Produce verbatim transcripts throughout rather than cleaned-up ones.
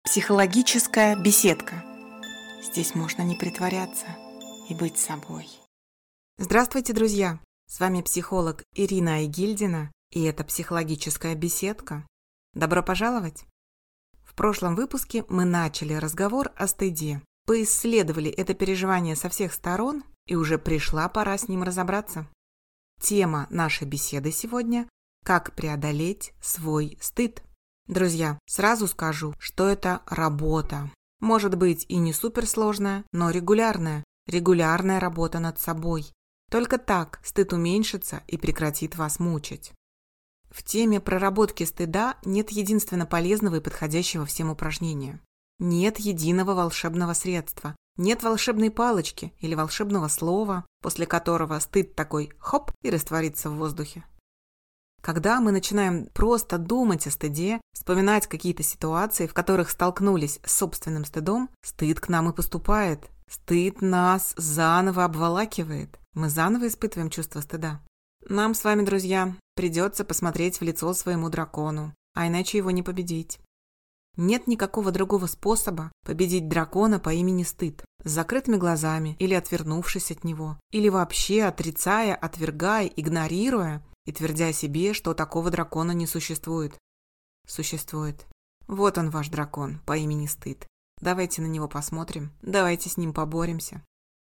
Психологическая беседка. Здесь можно не притворяться и быть собой. Здравствуйте, друзья! С вами психолог Ирина Айгильдина, и это психологическая беседка. Добро пожаловать! В прошлом выпуске мы начали разговор о стыде, поисследовали это переживание со всех сторон, и уже пришла пора с ним разобраться. Тема нашей беседы сегодня – как преодолеть свой стыд. Друзья, сразу скажу, что это работа. Может быть и не суперсложная, но регулярная. Регулярная работа над собой. Только так стыд уменьшится и прекратит вас мучить. В теме проработки стыда нет единственно полезного и подходящего всем упражнения. Нет единого волшебного средства. Нет волшебной палочки или волшебного слова, после которого стыд такой хоп и растворится в воздухе. Когда мы начинаем просто думать о стыде, вспоминать какие-то ситуации, в которых столкнулись с собственным стыдом, стыд к нам и поступает. Стыд нас заново обволакивает. Мы заново испытываем чувство стыда. Нам с вами, друзья, придется посмотреть в лицо своему дракону, а иначе его не победить. Нет никакого другого способа победить дракона по имени стыд, с закрытыми глазами или отвернувшись от него, или вообще отрицая, отвергая, игнорируя, и твердя себе, что такого дракона не существует. Существует. Вот он, ваш дракон по имени стыд. Давайте на него посмотрим, давайте с ним поборемся.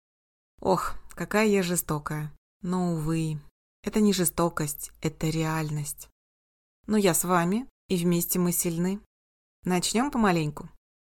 Ох, какая я жестокая. Но, увы, это не жестокость, это реальность. Но я с вами, и вместе мы сильны. Начнем помаленьку.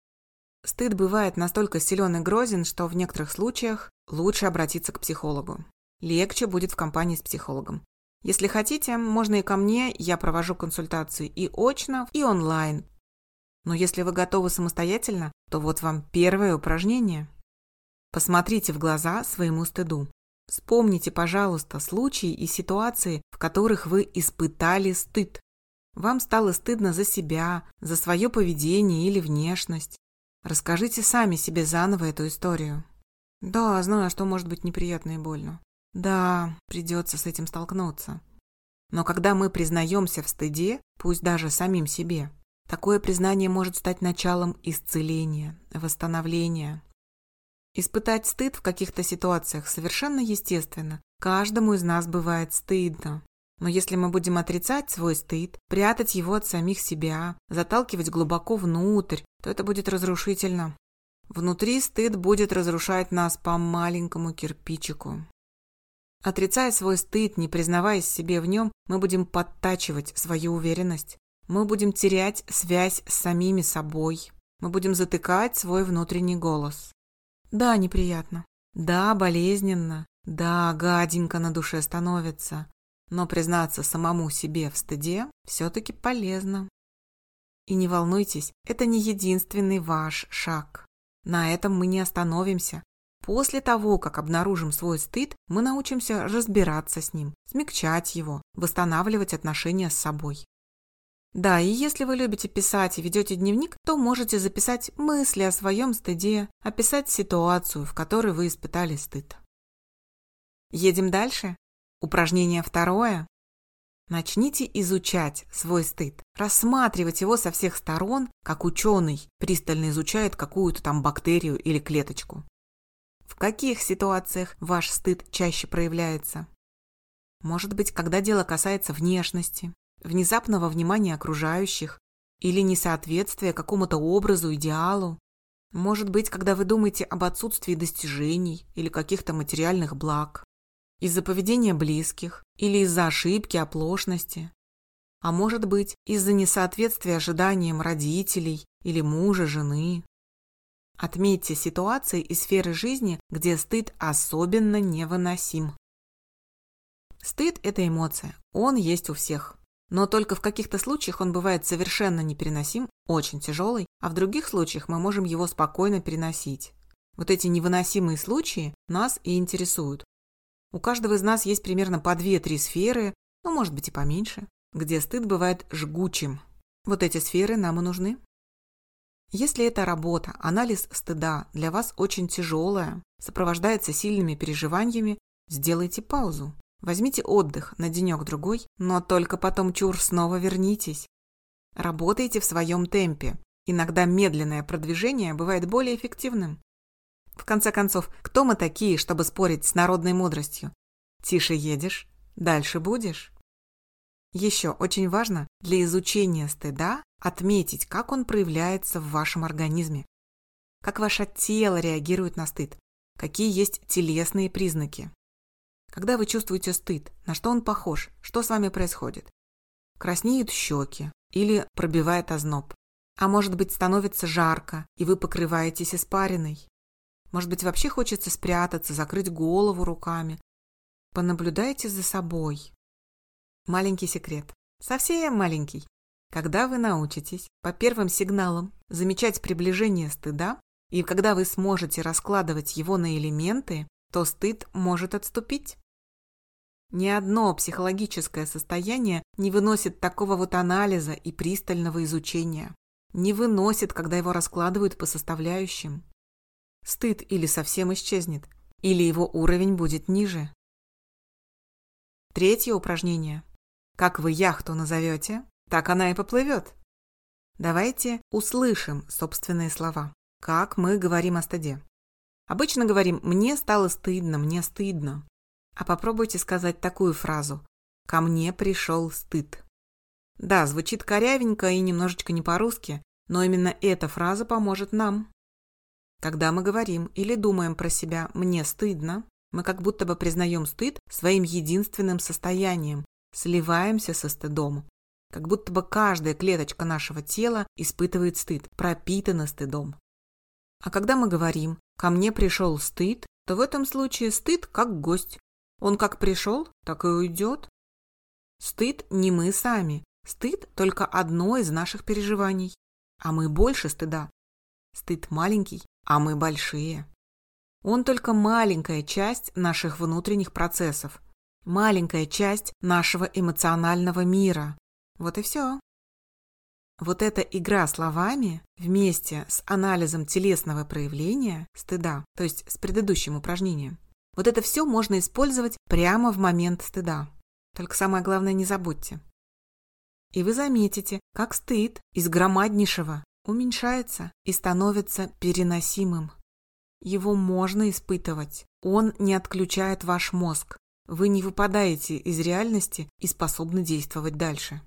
Стыд бывает настолько силен и грозен, что в некоторых случаях лучше обратиться к психологу. Легче будет в компании с психологом. Если хотите, можно и ко мне, я провожу консультации и очно, и онлайн. Но если вы готовы самостоятельно, то вот вам первое упражнение. Посмотрите в глаза своему стыду. Вспомните, пожалуйста, случаи и ситуации, в которых вы испытали стыд. Вам стало стыдно за себя, за свое поведение или внешность. Расскажите сами себе заново эту историю. Да, знаю, что может быть неприятно и больно. Да, придется с этим столкнуться. Но когда мы признаемся в стыде, пусть даже самим себе, такое признание может стать началом исцеления, восстановления. Испытать стыд в каких-то ситуациях совершенно естественно. Каждому из нас бывает стыдно. Но если мы будем отрицать свой стыд, прятать его от самих себя, заталкивать глубоко внутрь, то это будет разрушительно. Внутри стыд будет разрушать нас по маленькому кирпичику. Отрицая свой стыд, не признаваясь себе в нем, мы будем подтачивать свою уверенность. Мы будем терять связь с самими собой. Мы будем затыкать свой внутренний голос. Да, неприятно. Да, болезненно. Да, гаденько на душе становится. Но признаться самому себе в стыде все-таки полезно. И не волнуйтесь, это не единственный ваш шаг. На этом мы не остановимся. После того, как обнаружим свой стыд, мы научимся разбираться с ним, смягчать его, восстанавливать отношения с собой. Да, и если вы любите писать и ведете дневник, то можете записать мысли о своем стыде, описать ситуацию, в которой вы испытали стыд. Едем дальше. Упражнение второе. Начните изучать свой стыд, рассматривать его со всех сторон, как ученый пристально изучает какую-то там бактерию или клеточку. В каких ситуациях ваш стыд чаще проявляется? Может быть, когда дело касается внешности, внезапного внимания окружающих или несоответствия какому-то образу, идеалу. Может быть, когда вы думаете об отсутствии достижений или каких-то материальных благ. Из-за поведения близких или из-за ошибки, оплошности. А может быть, из-за несоответствия ожиданиям родителей или мужа, жены. Отметьте ситуации и сферы жизни, где стыд особенно невыносим. Стыд – это эмоция, он есть у всех. Но только в каких-то случаях он бывает совершенно непереносим, очень тяжелый, а в других случаях мы можем его спокойно переносить. Вот эти невыносимые случаи нас и интересуют. У каждого из нас есть примерно по две-три сферы, ну, может быть и поменьше, где стыд бывает жгучим. Вот эти сферы нам и нужны. Если эта работа, анализ стыда для вас очень тяжелая, сопровождается сильными переживаниями, сделайте паузу. Возьмите отдых на денек-другой, но только потом чур снова вернитесь. Работайте в своем темпе Иногда медленное продвижение бывает более эффективным. В конце концов, кто мы такие, чтобы спорить с народной мудростью? Тише едешь, дальше будешь. Еще очень важно для изучения стыда отметить, как он проявляется в вашем организме, как ваше тело реагирует на стыд, какие есть телесные признаки. Когда вы чувствуете стыд, на что он похож, что с вами происходит? Краснеют щеки или пробивает озноб. А может быть, становится жарко, и вы покрываетесь испариной. Может быть, вообще хочется спрятаться, закрыть голову руками. Понаблюдайте за собой. Маленький секрет. Совсем маленький. Когда вы научитесь по первым сигналам замечать приближение стыда, и когда вы сможете раскладывать его на элементы, то стыд может отступить. Ни одно психологическое состояние не выносит такого вот анализа и пристального изучения. Не выносит, когда его раскладывают по составляющим. Стыд или совсем исчезнет, или его уровень будет ниже. Третье упражнение. Как вы яхту назовете, так она и поплывет. Давайте услышим собственные слова. Как мы говорим о стыде. Обычно говорим «мне стало стыдно, мне стыдно». А попробуйте сказать такую фразу «ко мне пришел стыд». Да, звучит корявенько и немножечко не по-русски, но именно эта фраза поможет нам. Когда мы говорим или думаем про себя «мне стыдно», мы как будто бы признаем стыд своим единственным состоянием, сливаемся со стыдом. Как будто бы каждая клеточка нашего тела испытывает стыд, пропитана стыдом. А когда мы говорим «ко мне пришел стыд», то в этом случае стыд как гость. Он как пришел, так и уйдет. Стыд не мы сами. Стыд только одно из наших переживаний. А мы больше стыда. Стыд маленький, а мы большие. Он только маленькая часть наших внутренних процессов. Маленькая часть нашего эмоционального мира. Вот и все. Вот эта игра словами вместе с анализом телесного проявления стыда, то есть с предыдущим упражнением, вот это все можно использовать прямо в момент стыда. Только самое главное не забудьте. И вы заметите, как стыд из громаднейшего уменьшается и становится переносимым. Его можно испытывать. Он не отключает ваш мозг. Вы не выпадаете из реальности и способны действовать дальше.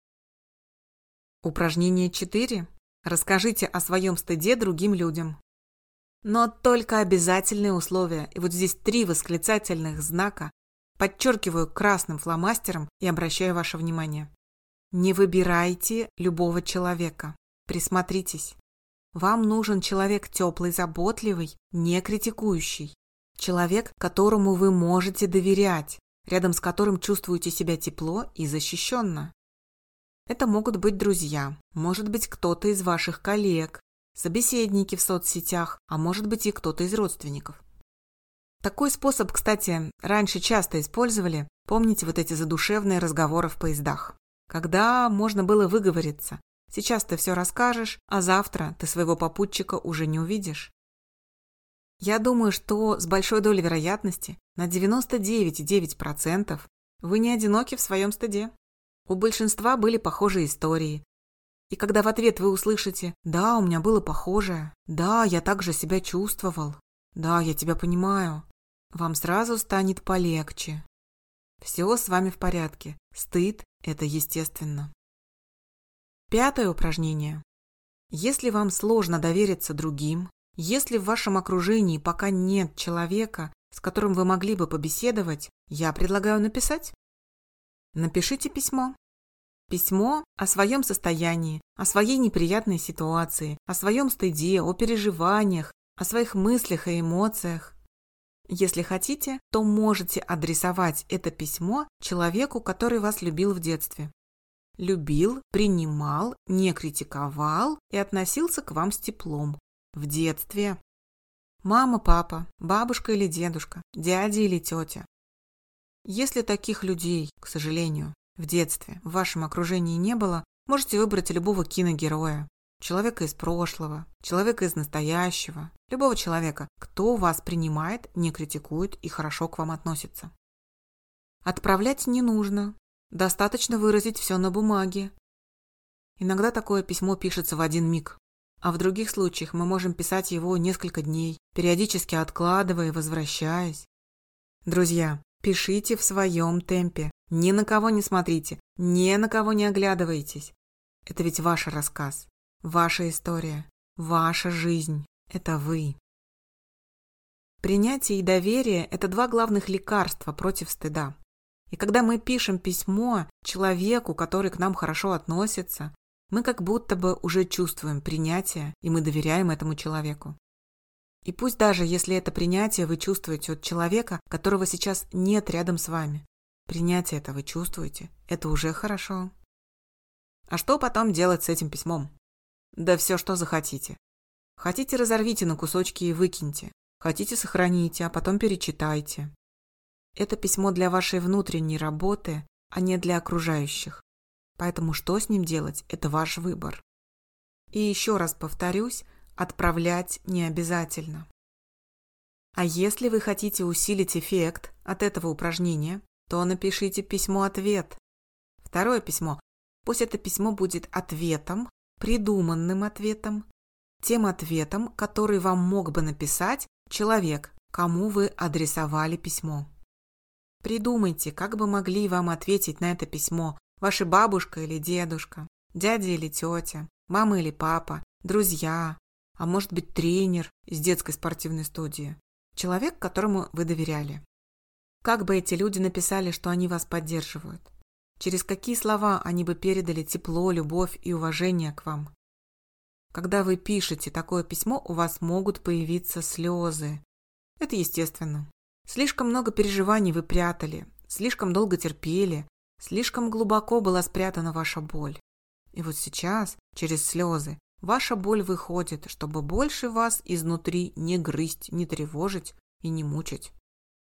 Упражнение четыре. Расскажите о своем стыде другим людям. Но только обязательные условия, и вот здесь три восклицательных знака, подчеркиваю красным фломастером и обращаю ваше внимание. Не выбирайте любого человека. Присмотритесь. Вам нужен человек теплый, заботливый, не критикующий. Человек, которому вы можете доверять, рядом с которым чувствуете себя тепло и защищенно. Это могут быть друзья, может быть кто-то из ваших коллег, собеседники в соцсетях, а может быть и кто-то из родственников. Такой способ, кстати, раньше часто использовали, помните вот эти задушевные разговоры в поездах, когда можно было выговориться. Сейчас ты все расскажешь, а завтра ты своего попутчика уже не увидишь. Я думаю, что с большой долей вероятности, на девяносто девять целых девять десятых процента, вы не одиноки в своем стыде. У большинства были похожие истории. И когда в ответ вы услышите «Да, у меня было похожее», «Да, я так же себя чувствовал», «Да, я тебя понимаю», вам сразу станет полегче. Все с вами в порядке. Стыд – это естественно. Пятое упражнение. Если вам сложно довериться другим, если в вашем окружении пока нет человека, с которым вы могли бы побеседовать, я предлагаю написать. Напишите письмо. Письмо о своем состоянии, о своей неприятной ситуации, о своем стыде, о переживаниях, о своих мыслях и эмоциях. Если хотите, то можете адресовать это письмо человеку, который вас любил в детстве. Любил, принимал, не критиковал и относился к вам с теплом. В детстве. Мама, папа, бабушка или дедушка, дядя или тетя. Если таких людей, к сожалению, в детстве в вашем окружении не было, можете выбрать любого киногероя, человека из прошлого, человека из настоящего, любого человека, кто вас принимает, не критикует и хорошо к вам относится. Отправлять не нужно. Достаточно выразить все на бумаге. Иногда такое письмо пишется в один миг. А в других случаях мы можем писать его несколько дней, периодически откладывая и возвращаясь. Друзья, пишите в своем темпе. Ни на кого не смотрите, ни на кого не оглядывайтесь. Это ведь ваш рассказ, ваша история, ваша жизнь. Это вы. Принятие и доверие – это два главных лекарства против стыда. И когда мы пишем письмо человеку, который к нам хорошо относится, мы как будто бы уже чувствуем принятие, и мы доверяем этому человеку. И пусть даже если это принятие вы чувствуете от человека, которого сейчас нет рядом с вами, принятие это вы чувствуете, это уже хорошо. А что потом делать с этим письмом? Да все, что захотите. Хотите, разорвите на кусочки и выкиньте. Хотите, сохраните, а потом перечитайте. Это письмо для вашей внутренней работы, а не для окружающих. Поэтому что с ним делать – это ваш выбор. И еще раз повторюсь, отправлять не обязательно. А если вы хотите усилить эффект от этого упражнения, то напишите письмо-ответ. Второе письмо. Пусть это письмо будет ответом, придуманным ответом, тем ответом, который вам мог бы написать человек, кому вы адресовали письмо. Придумайте, как бы могли вам ответить на это письмо ваша бабушка или дедушка, дядя или тетя, мама или папа, друзья, а может быть тренер из детской спортивной студии, человек, которому вы доверяли. Как бы эти люди написали, что они вас поддерживают? Через какие слова они бы передали тепло, любовь и уважение к вам? Когда вы пишете такое письмо, у вас могут появиться слезы. Это естественно. Слишком много переживаний вы прятали, слишком долго терпели, слишком глубоко была спрятана ваша боль. И вот сейчас, через слезы, ваша боль выходит, чтобы больше вас изнутри не грызть, не тревожить и не мучить.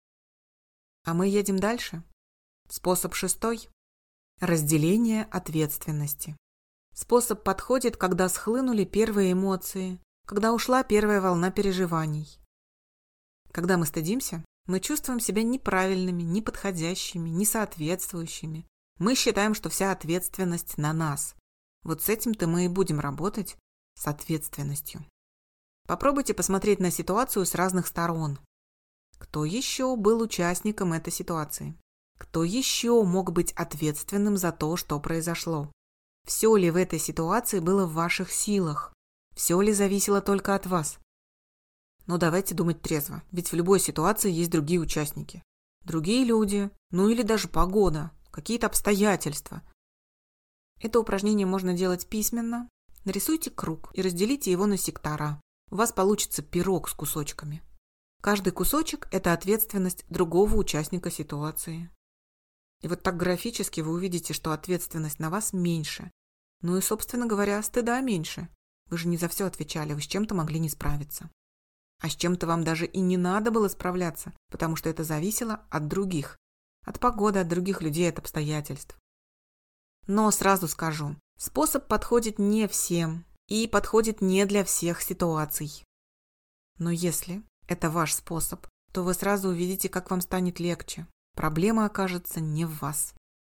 А мы едем дальше. Способ шестой. Разделение ответственности. Способ подходит, когда схлынули первые эмоции, когда ушла первая волна переживаний. Когда мы стыдимся, мы чувствуем себя неправильными, неподходящими, несоответствующими. Мы считаем, что вся ответственность на нас. Вот с этим-то мы и будем работать, с ответственностью. Попробуйте посмотреть на ситуацию с разных сторон. Кто еще был участником этой ситуации? Кто еще мог быть ответственным за то, что произошло? Все ли в этой ситуации было в ваших силах? Все ли зависело только от вас? Но давайте думать трезво, ведь в любой ситуации есть другие участники. Другие люди, ну или даже погода, какие-то обстоятельства. Это упражнение можно делать письменно. Нарисуйте круг и разделите его на сектора. У вас получится пирог с кусочками. Каждый кусочек – это ответственность другого участника ситуации. И вот так графически вы увидите, что ответственность на вас меньше. Ну и, собственно говоря, стыда меньше. Вы же не за все отвечали, вы с чем-то могли не справиться. А с чем-то вам даже и не надо было справляться, потому что это зависело от других. От погоды, от других людей, от обстоятельств. Но сразу скажу, способ подходит не всем и подходит не для всех ситуаций. Но если это ваш способ, то вы сразу увидите, как вам станет легче. Проблема окажется не в вас.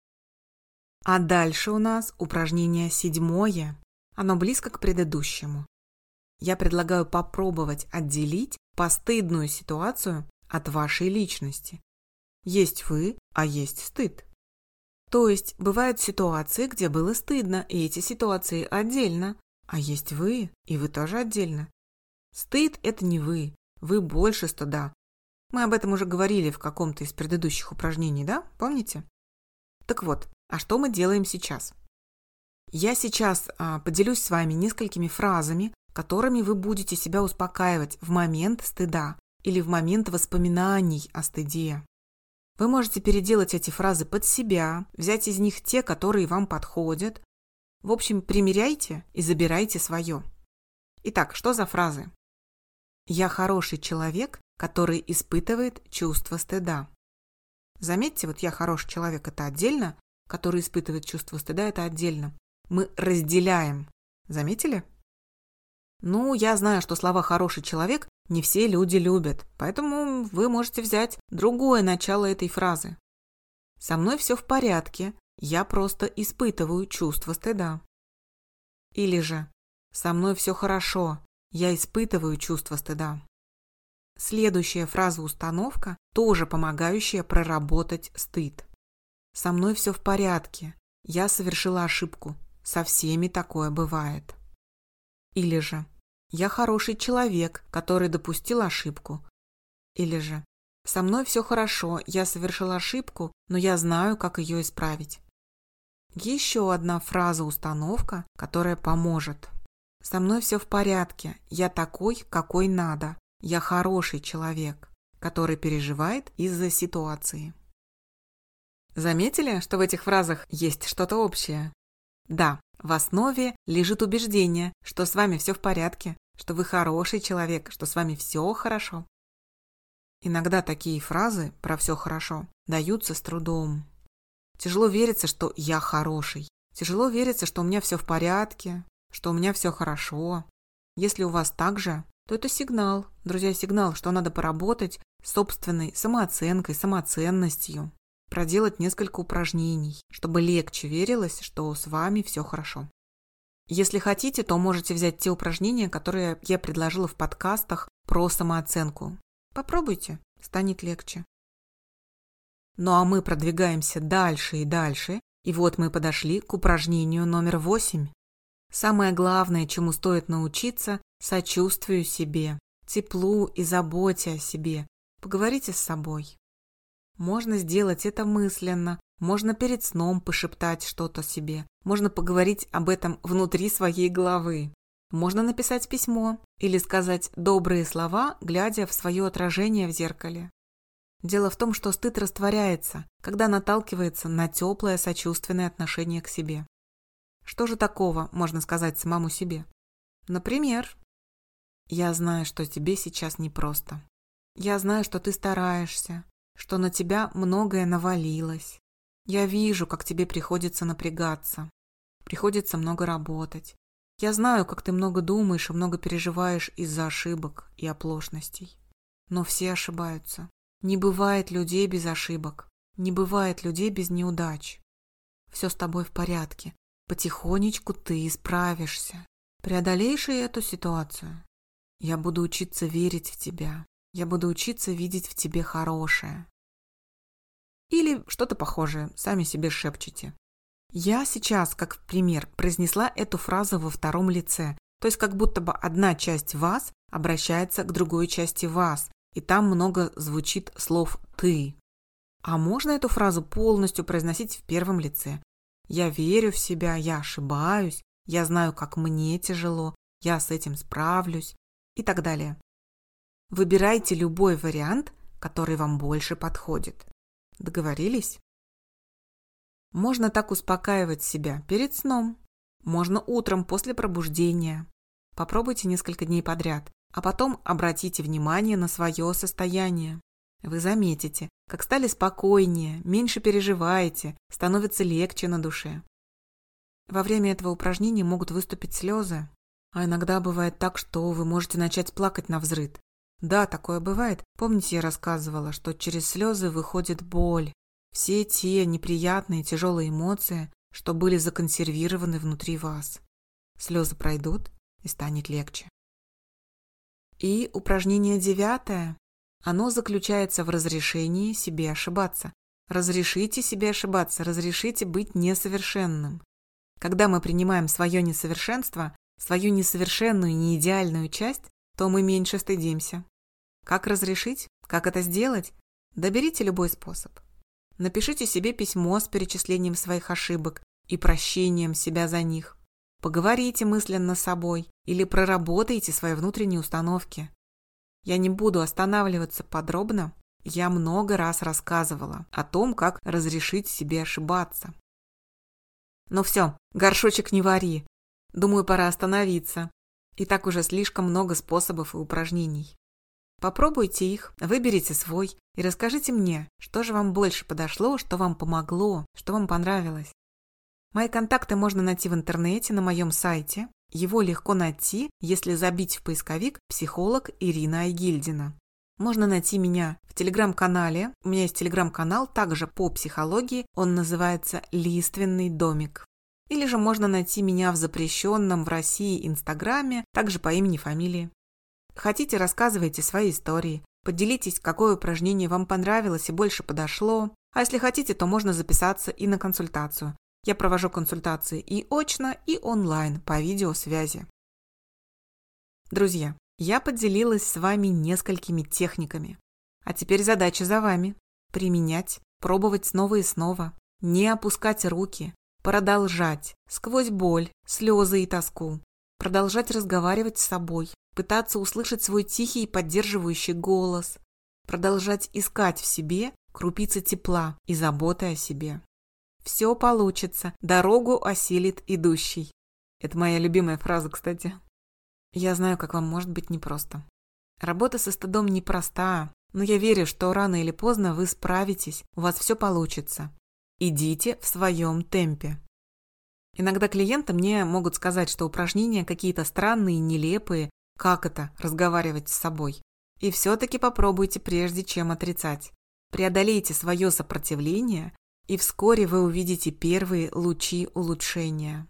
А дальше у нас упражнение седьмое. Оно близко к предыдущему. Я предлагаю попробовать отделить постыдную ситуацию от вашей личности. Есть вы, а есть стыд. То есть бывают ситуации, где было стыдно, и эти ситуации отдельно, а есть вы, и вы тоже отдельно. Стыд – это не вы, вы больше стыда. Мы об этом уже говорили в каком-то из предыдущих упражнений, да? Помните? Так вот, а что мы делаем сейчас? Я сейчас а, поделюсь с вами несколькими фразами, которыми вы будете себя успокаивать в момент стыда или в момент воспоминаний о стыде. Вы можете переделать эти фразы под себя, взять из них те, которые вам подходят. В общем, примеряйте и забирайте свое. Итак, что за фразы? Я хороший человек, который испытывает чувство стыда. Заметьте, вот я хороший человек – это отдельно, который испытывает чувство стыда – это отдельно. Мы разделяем. Заметили? Ну, я знаю, что слова «хороший человек» не все люди любят, поэтому вы можете взять другое начало этой фразы. Со мной все в порядке, я просто испытываю чувство стыда. Или же Со мной все хорошо. Я испытываю чувство стыда. Следующая фраза-установка, тоже помогающая проработать стыд. Со мной все в порядке. Я совершила ошибку. Со всеми такое бывает. Или же я хороший человек, который допустил ошибку. Или же со мной все хорошо, я совершил ошибку, но я знаю, как ее исправить. Еще одна фраза-установка, которая поможет. Со мной все в порядке, я такой, какой надо. Я хороший человек, который переживает из-за ситуации. Заметили, что в этих фразах есть что-то общее? Да, в основе лежит убеждение, что с вами все в порядке, что вы хороший человек, что с вами все хорошо. Иногда такие фразы про «все хорошо» даются с трудом. Тяжело верится, что я хороший. Тяжело верится, что у меня все в порядке, что у меня все хорошо. Если у вас так же, то это сигнал, друзья, сигнал, что надо поработать с собственной самооценкой, самоценностью, проделать несколько упражнений, чтобы легче верилось, что с вами все хорошо. Если хотите, то можете взять те упражнения, которые я предложила в подкастах про самооценку. Попробуйте, станет легче. Ну а мы продвигаемся дальше и дальше, и вот мы подошли к упражнению номер восемь. Самое главное, чему стоит научиться – сочувствию себе, теплу и заботе о себе. Поговорите с собой. Можно сделать это мысленно, можно перед сном пошептать что-то себе, можно поговорить об этом внутри своей головы. Можно написать письмо или сказать добрые слова, глядя в свое отражение в зеркале. Дело в том, что стыд растворяется, когда наталкивается на теплое сочувственное отношение к себе. Что же такого можно сказать самому себе? Например, «Я знаю, что тебе сейчас непросто. Я знаю, что ты стараешься, что на тебя многое навалилось. Я вижу, как тебе приходится напрягаться, приходится много работать. Я знаю, как ты много думаешь и много переживаешь из-за ошибок и оплошностей. Но все ошибаются. Не бывает людей без ошибок, не бывает людей без неудач. Все с тобой в порядке. Потихонечку ты справишься. Преодолеешь и эту ситуацию. Я буду учиться верить в тебя. Я буду учиться видеть в тебе хорошее». Или что-то похожее, сами себе шепчете. Я сейчас, как пример, произнесла эту фразу во втором лице, то есть как будто бы одна часть вас обращается к другой части вас, и там много звучит слов «ты». А можно эту фразу полностью произносить в первом лице. Я верю в себя, я ошибаюсь, я знаю, как мне тяжело, я с этим справлюсь и так далее. Выбирайте любой вариант, который вам больше подходит. Договорились? Можно так успокаивать себя перед сном, можно утром после пробуждения. Попробуйте несколько дней подряд, а потом обратите внимание на свое состояние. Вы заметите, как стали спокойнее, меньше переживаете, становится легче на душе. Во время этого упражнения могут выступить слезы, а иногда бывает так, что вы можете начать плакать навзрыд. Да, такое бывает. Помните, я рассказывала, что через слезы выходит боль. Все те неприятные, тяжелые эмоции, что были законсервированы внутри вас. Слезы пройдут, и станет легче. И упражнение девятое. Оно заключается в разрешении себе ошибаться. Разрешите себе ошибаться, разрешите быть несовершенным. Когда мы принимаем свое несовершенство, свою несовершенную, неидеальную часть, то мы меньше стыдимся. Как разрешить? Как это сделать? Доберите любой способ. Напишите себе письмо с перечислением своих ошибок и прощением себя за них. Поговорите мысленно с собой или проработайте свои внутренние установки. Я не буду останавливаться подробно. Я много раз рассказывала о том, как разрешить себе ошибаться. Но все, горшочек не вари. Думаю, пора остановиться. И так уже слишком много способов и упражнений. Попробуйте их, выберите свой и расскажите мне, что же вам больше подошло, что вам помогло, что вам понравилось. Мои контакты можно найти в интернете на моем сайте. Его легко найти, если забить в поисковик «Психолог Ирина Айгильдина». Можно найти меня в телеграм-канале. У меня есть телеграм-канал также по психологии. Он называется «Лиственный домик». Или же можно найти меня в запрещенном в России Инстаграме, также по имени, фамилии. Хотите, рассказывайте свои истории, поделитесь, какое упражнение вам понравилось и больше подошло. А если хотите, то можно записаться и на консультацию. Я провожу консультации и очно, и онлайн по видеосвязи. Друзья, я поделилась с вами несколькими техниками. А теперь задача за вами. Применять, пробовать снова и снова, не опускать руки, продолжать сквозь боль, слезы и тоску, продолжать разговаривать с собой, пытаться услышать свой тихий и поддерживающий голос, продолжать искать в себе крупицы тепла и заботы о себе. Все получится, дорогу осилит идущий. Это моя любимая фраза, кстати. Я знаю, как вам может быть непросто. Работа со стыдом непроста, но я верю, что рано или поздно вы справитесь, у вас все получится. Идите в своем темпе. Иногда клиенты мне могут сказать, что упражнения какие-то странные, нелепые, как это разговаривать с собой. И все-таки попробуйте, прежде чем отрицать. Преодолейте свое сопротивление, и вскоре вы увидите первые лучи улучшения.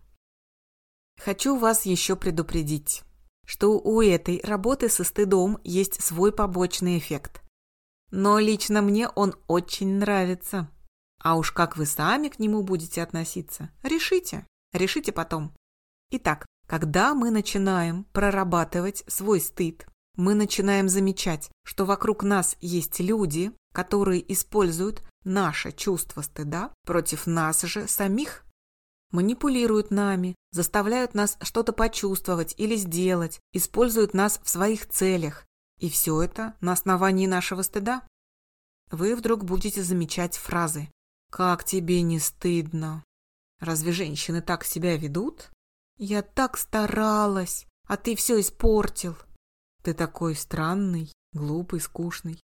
Хочу вас еще предупредить, что у этой работы со стыдом есть свой побочный эффект. Но лично мне он очень нравится. А уж как вы сами к нему будете относиться, решите, решите потом. Итак, когда мы начинаем прорабатывать свой стыд, мы начинаем замечать, что вокруг нас есть люди, которые используют наше чувство стыда против нас же самих. Манипулируют нами, заставляют нас что-то почувствовать или сделать, используют нас в своих целях. И все это на основании нашего стыда. Вы вдруг будете замечать фразы: «Как тебе не стыдно? Разве женщины так себя ведут? Я так старалась, а ты все испортил. Ты такой странный, глупый, скучный».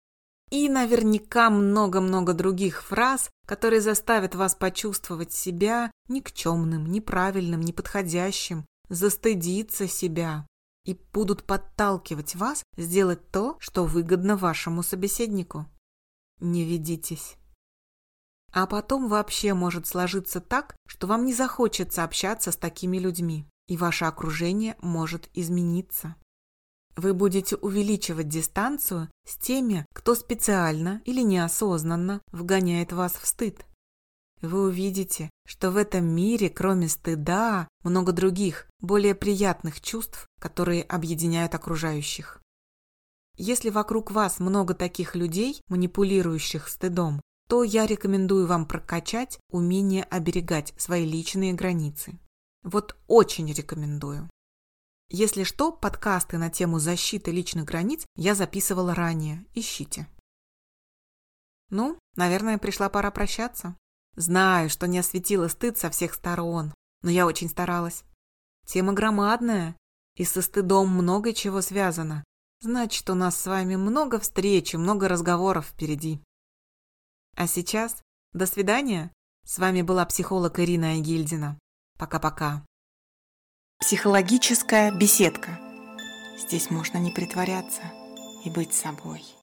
И наверняка много-много других фраз, которые заставят вас почувствовать себя никчемным, неправильным, неподходящим, застыдиться себя и будут подталкивать вас сделать то, что выгодно вашему собеседнику. Не ведитесь. А потом вообще может сложиться так, что вам не захочется общаться с такими людьми, и ваше окружение может измениться. Вы будете увеличивать дистанцию с теми, кто специально или неосознанно вгоняет вас в стыд. Вы увидите, что в этом мире, кроме стыда, много других, более приятных чувств, которые объединяют окружающих. Если вокруг вас много таких людей, манипулирующих стыдом, то я рекомендую вам прокачать умение оберегать свои личные границы. Вот очень рекомендую. Если что, подкасты на тему защиты личных границ я записывала ранее. Ищите. Ну, наверное, пришла пора прощаться. Знаю, что не осветила стыд со всех сторон, но я очень старалась. Тема громадная, и со стыдом много чего связано. Значит, у нас с вами много встреч и много разговоров впереди. А сейчас до свидания. С вами была психолог Ирина Айгильдина. Пока-пока. Психологическая беседка. Здесь можно не притворяться и быть собой.